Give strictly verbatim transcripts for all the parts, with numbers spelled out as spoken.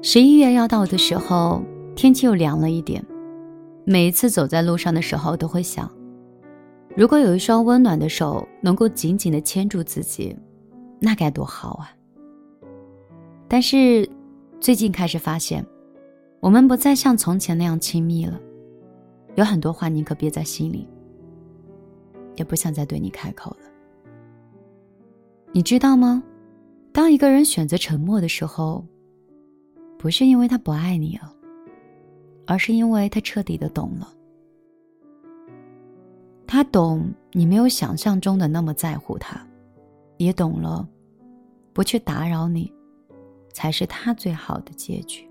十一月要到的时候，天气又凉了一点，每一次走在路上的时候都会想，如果有一双温暖的手能够紧紧地牵住自己，那该多好啊。但是最近开始发现，我们不再像从前那样亲密了，有很多话宁可憋在心里，也不想再对你开口了。你知道吗？当一个人选择沉默的时候，不是因为他不爱你了，而是因为他彻底的懂了。他懂你没有想象中的那么在乎他，也懂了不去打扰你才是他最好的结局。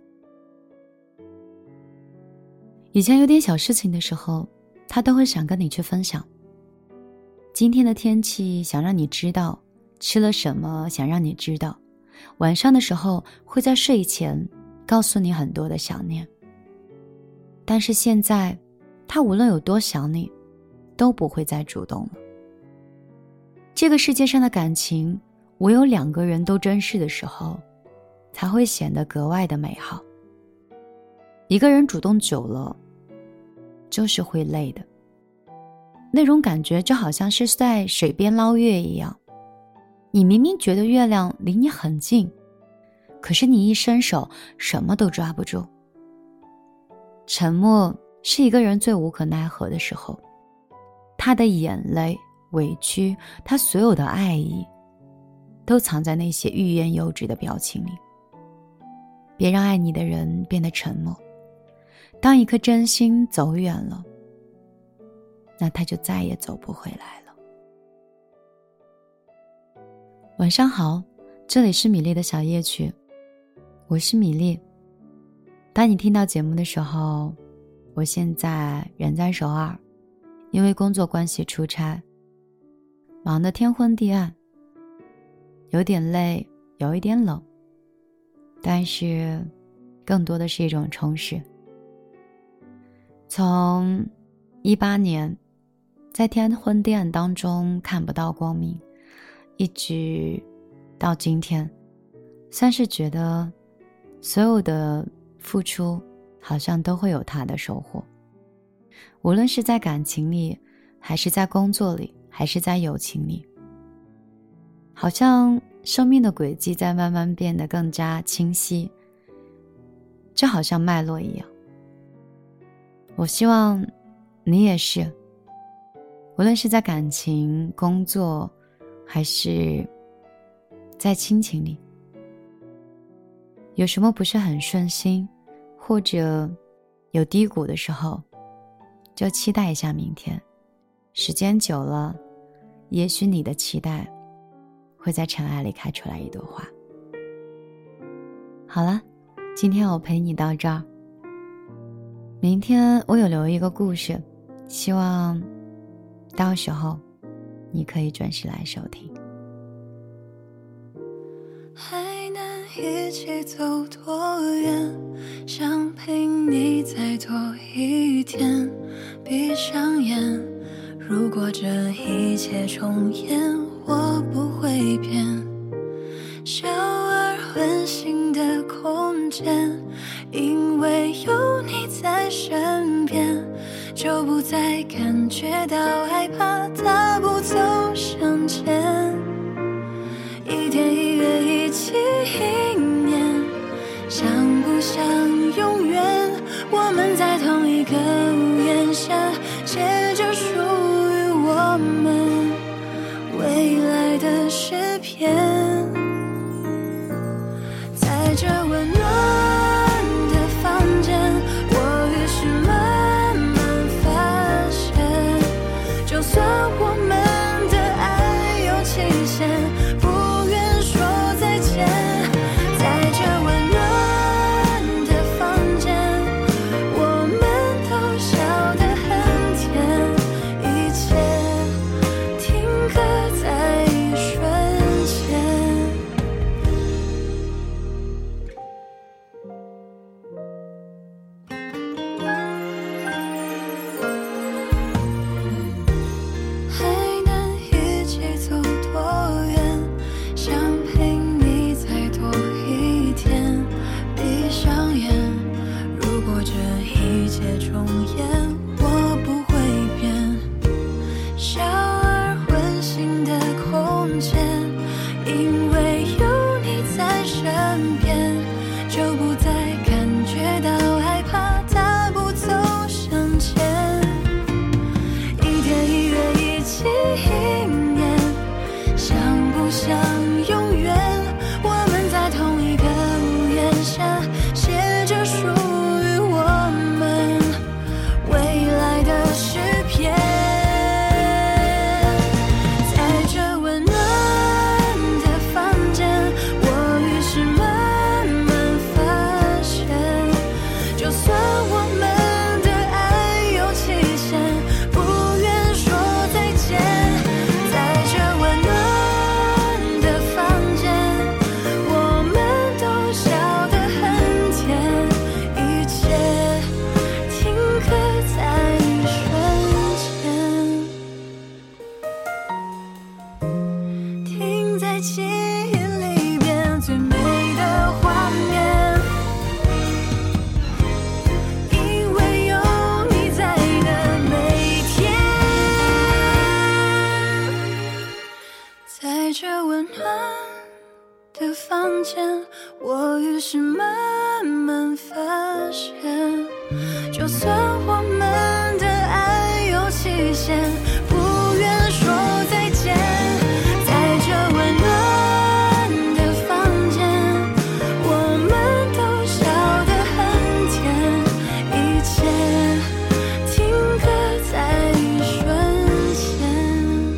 以前有点小事情的时候，他都会想跟你去分享。今天的天气想让你知道，吃了什么想让你知道，晚上的时候会在睡前告诉你很多的想念。但是现在，他无论有多想你，都不会再主动了。这个世界上的感情，唯有两个人都珍视的时候，才会显得格外的美好。一个人主动久了，就是会累的。那种感觉就好像是在水边捞月一样，你明明觉得月亮离你很近，可是你一伸手什么都抓不住。沉默是一个人最无可奈何的时候，他的眼泪、委屈，他所有的爱意都藏在那些欲言又止的表情里。别让爱你的人变得沉默，当一颗真心走远了，那他就再也走不回来了。晚上好，这里是米粒的小夜曲，我是米粒。当你听到节目的时候，我现在人在首尔，因为工作关系出差，忙得天昏地暗，有点累，有一点冷，但是更多的是一种充实。从一八年在天昏地暗当中看不到光明，一直到今天，算是觉得所有的付出好像都会有它的收获。无论是在感情里，还是在工作里，还是在友情里，好像生命的轨迹在慢慢变得更加清晰，就好像脉络一样。我希望你也是，无论是在感情、工作，还是在亲情里，有什么不是很顺心，或者有低谷的时候，就期待一下明天。时间久了，也许你的期待会在尘埃里开出来一朵花。好了，今天我陪你到这儿。明天我有留一个故事，希望到时候你可以准时来收听。 还能一起走多远，想陪你再多一天。闭上眼，如果这一切重演，我不会变。小而温馨的空间，因为有你在身边，就不再感觉到害怕，大步走向前。一天一月一起一年，想不想永远我们在同一个屋檐下，写着属于我们未来的诗篇。在这温暖的房间，我于是慢慢发现，就算我们的爱有期限，不愿说再见。在这温暖的房间，我们都笑得很甜，一切停格在一瞬间。 房间，我于是慢慢发现，就算我们的爱有期限，不愿说再见，在这温暖的房间，我们都笑得很甜，一切停格在一瞬间。